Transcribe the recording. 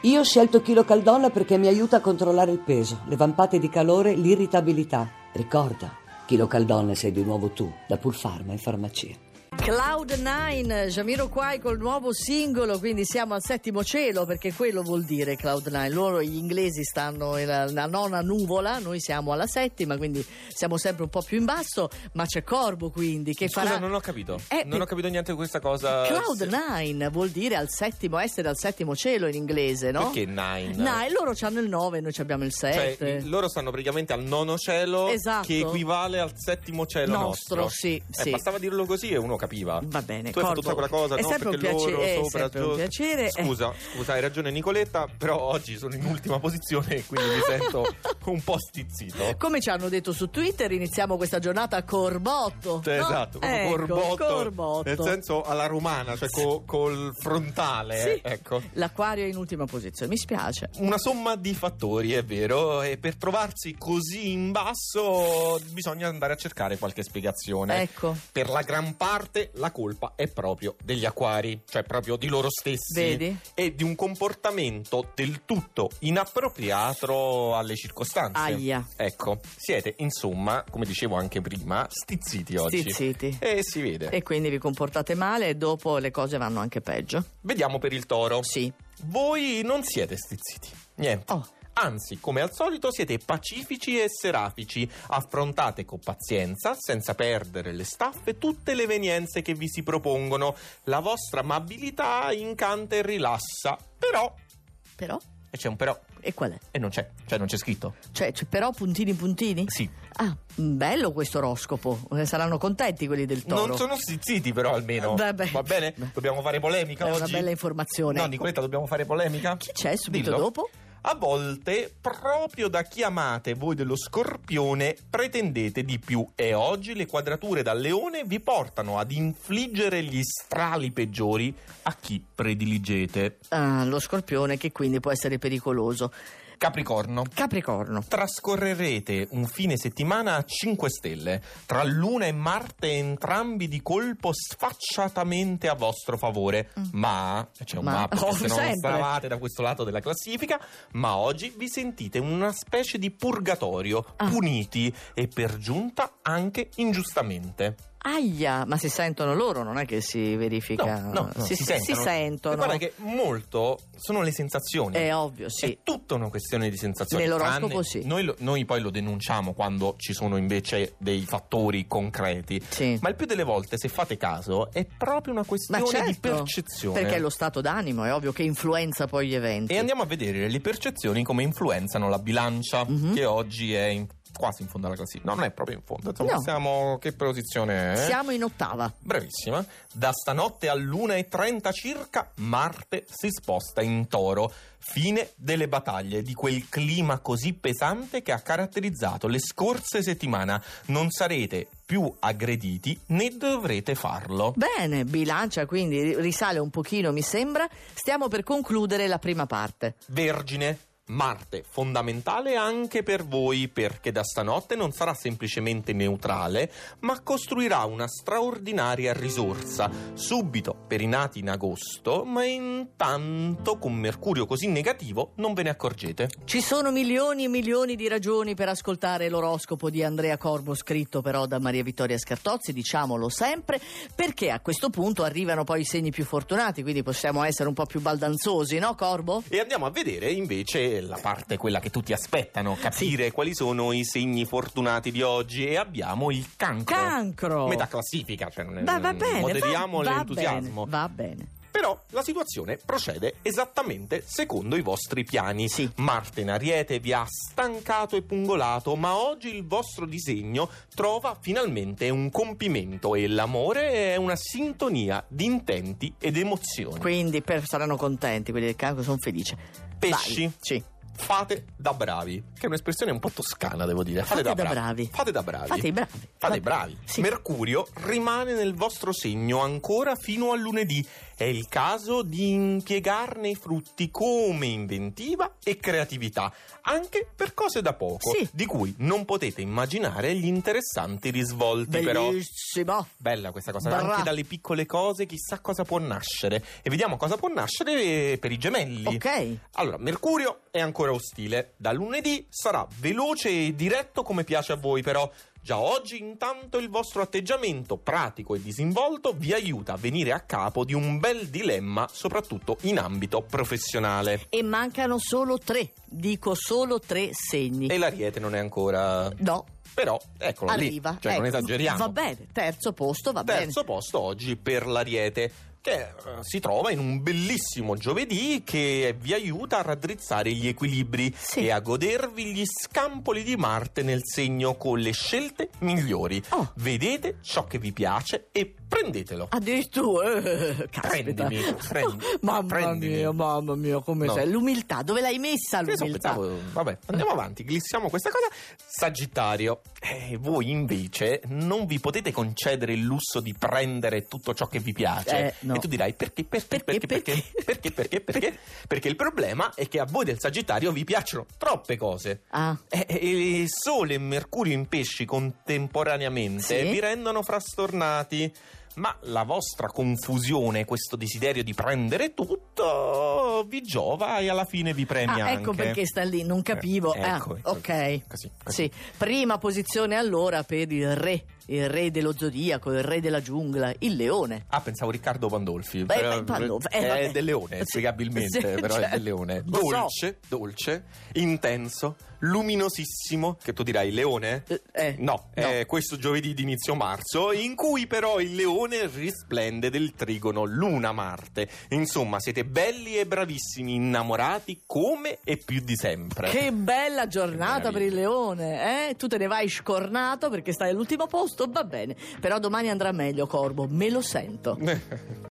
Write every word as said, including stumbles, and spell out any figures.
Io ho scelto KiloCaldon perché mi aiuta a controllare il peso, le vampate di calore, l'irritabilità. Ricorda, KiloCaldon sei di nuovo tu, da Pulpharma in farmacia. Cloud nine, Jamiroquai col nuovo singolo, quindi siamo al settimo cielo, perché quello vuol dire Cloud nine. Loro, gli inglesi, stanno nella nona nuvola, noi siamo alla settima, quindi siamo sempre un po' più in basso, ma c'è Corbo quindi che Scusa, farà... non ho capito, Eh, non ho capito niente di questa cosa. Cloud Se- nine vuol dire al settimo, essere al settimo cielo in inglese, no? Perché nine? Nine, loro hanno il nove, noi abbiamo il Cioè, sette. loro stanno praticamente al nono cielo, Esatto. che equivale al settimo cielo Nostro, nostro. sì, Eh, sì. Bastava dirlo così e uno capiva. Va bene, Tu hai fatto Corbo, tutta quella cosa, è no? sempre Perché un piacere, loro è sopra, sempre un giù. piacere. eh. Scusa, scusa, hai ragione Nicoletta, però oggi sono in ultima posizione e quindi mi sento un po' stizzito. Come ci hanno detto su Twitter, iniziamo questa giornata a Corbotto. Cioè, no? esatto, come Ecco, corbotto, Corbotto. nel senso alla romana, cioè co- col frontale, Sì. eh, ecco. L'acquario è in ultima posizione, mi spiace. Una somma di fattori, è vero, e per trovarsi così in basso bisogna andare a cercare qualche spiegazione. Ecco. Per la gran parte la colpa è proprio degli acquari, cioè proprio di loro stessi. Vedi? E di un comportamento del tutto inappropriato alle circostanze. Aia. Ecco, siete insomma, come dicevo anche prima, stizziti oggi. Stizziti. E si vede. E quindi vi comportate male e dopo le cose vanno anche peggio. Vediamo per il toro. Sì. Voi non siete stizziti. Niente. Oh. Anzi, come al solito siete pacifici e serafici, affrontate con pazienza, senza perdere le staffe, tutte le evenienze che vi si propongono. La vostra amabilità incanta e rilassa, però... Però? E c'è un però, E qual è? e non c'è, cioè non c'è scritto. Cioè, c'è però puntini puntini? Sì. Ah, bello questo oroscopo. Eh, Saranno contenti quelli del toro. Non sono stizziti però almeno. Vabbè. Va bene? Dobbiamo fare polemica È oggi? una bella informazione. No, Nicoletta, dobbiamo fare polemica? Chi c'è subito Dillo. dopo? A volte, proprio da chi amate voi dello Scorpione, pretendete di più e oggi le quadrature dal Leone vi portano ad infliggere gli strali peggiori a chi prediligete. Ah, lo Scorpione, che quindi può essere pericoloso. Capricorno. Capricorno. Trascorrerete un fine settimana a cinque stelle, tra Luna e Marte entrambi di colpo sfacciatamente a vostro favore, ma c'è un Ma- ma, perché oh, se no non sempre. stavate da questo lato della classifica, ma oggi vi sentite una specie di purgatorio, Ah. puniti e per giunta anche ingiustamente. Aia, ma si sentono loro, non è che si verifica. No, no, no, si, si, si- sentono. si sentono. E guarda che molto sono le sensazioni. È ovvio, sì. È tutta una questione di sensazioni. Nell'oroscopo Tranne- sì. Noi, lo- noi poi lo denunciamo quando ci sono invece dei fattori concreti. Sì. Ma il più delle volte, se fate caso, è proprio una Ma questione certo, di percezione. perché è lo stato d'animo, è ovvio che influenza poi gli eventi. E andiamo a vedere le percezioni come influenzano la bilancia, Mhm. che oggi è in- quasi in fondo alla classifica. No, non è proprio in fondo. Insomma, No. siamo... Che posizione è? Siamo in ottava. Bravissima. Da stanotte all'una e trenta circa Marte si sposta in Toro. Fine delle battaglie, di quel clima così pesante che ha caratterizzato le scorse settimane. Non sarete più aggrediti né dovrete farlo. Bene, bilancia quindi risale un pochino, mi sembra. Stiamo per concludere la prima parte. Vergine. Marte, fondamentale anche per voi, perché da stanotte non sarà semplicemente neutrale, ma costruirà una straordinaria risorsa, subito per i nati in agosto, ma intanto con Mercurio così negativo non ve ne accorgete. Ci sono milioni e milioni di ragioni per ascoltare l'oroscopo di Andrea Corbo, scritto però da Maria Vittoria Scartozzi, diciamolo sempre, perché a questo punto arrivano poi i segni più fortunati, quindi possiamo essere un po' più baldanzosi, no Corbo? E andiamo a vedere invece la parte, quella che tutti aspettano, capire quali sono i segni fortunati di oggi, e abbiamo il Cancro. Cancro! Metà classifica, cioè non è, Va, va bene, moderiamo va, va l'entusiasmo. bene, va bene. Però la situazione procede esattamente secondo i vostri piani. Sì. Marte in Ariete vi ha stancato e pungolato, ma oggi il vostro disegno trova finalmente un compimento e l'amore è una sintonia di intenti ed emozioni. Quindi per, saranno contenti quelli del Cancro, sono felice. Pesci. Vai. Sì. fate da bravi, che è un'espressione un po' toscana, devo dire. Fate, Fate da, da bravi. bravi. Fate da bravi. Fate i bravi. Fate i Va- bravi. Sì. Mercurio rimane nel vostro segno ancora fino a lunedì. È il caso di impiegarne i frutti come inventiva e creatività, anche per cose da poco, Sì. di cui non potete immaginare gli interessanti risvolti. Però Bellissimo. bella questa cosa, Bra- anche dalle piccole cose chissà cosa può nascere. E vediamo cosa può nascere per i gemelli. Ok. Allora, Mercurio è ancora ostile. Da lunedì sarà veloce e diretto come piace a voi, però già oggi intanto il vostro atteggiamento pratico e disinvolto vi aiuta a venire a capo di un bel dilemma, soprattutto in ambito professionale. E mancano solo tre, dico solo tre segni. E l'Ariete non è ancora... No, Però, eccolo arriva. lì, cioè non Ecco, esageriamo. Va bene, terzo posto, va Terzo posto oggi per l'Ariete, che eh, si trova in un bellissimo giovedì che vi aiuta a raddrizzare gli equilibri Sì. e a godervi gli scampoli di Marte nel segno con le scelte migliori. Oh. Vedete ciò che vi piace e prendetelo. bene. Addirittura, eh, caspita. Prendimi, prendi- mamma prendimi. mia, mamma mia, come No. sei? L'umiltà, dove l'hai messa Che so, l'umiltà? pensavo- vabbè, andiamo avanti, glissiamo questa cosa. Sagittario, eh, voi invece non vi potete concedere il lusso di prendere tutto ciò che vi piace. Eh, no. E tu dirai perché, perché, Perché, perché, perché, perché, perché, perché? Perché il problema è che a voi del Sagittario vi piacciono troppe cose. Ah, E, e Sole e Mercurio in pesci contemporaneamente Sì. vi rendono frastornati. Ma la vostra confusione, questo desiderio di prendere tutto, vi giova e alla fine vi premia ah, ecco anche. perché sta lì, non capivo. Eh, ecco, ah, ecco. ok. Così, così. Sì, prima posizione allora per il re, il re dello zodiaco, il re della giungla, il leone. Ah, pensavo Riccardo Pandolfi. Beh, però- beh, Pandolfi, eh, è vabbè. del leone, Sì, spiegabilmente, sì, però è certo. del leone. Lo so. Dolce, dolce, intenso, luminosissimo, che tu dirai leone? Eh, eh, No, no. è questo giovedì di inizio marzo, in cui però il leone risplende del trigono Luna-Marte. Insomma, siete belli e bravissimi, innamorati come e più di sempre. Che bella giornata Che per il meraviglia. leone, eh? Tu te ne vai scornato perché stai all'ultimo posto, va bene. Però domani andrà meglio, Corvo, me lo sento.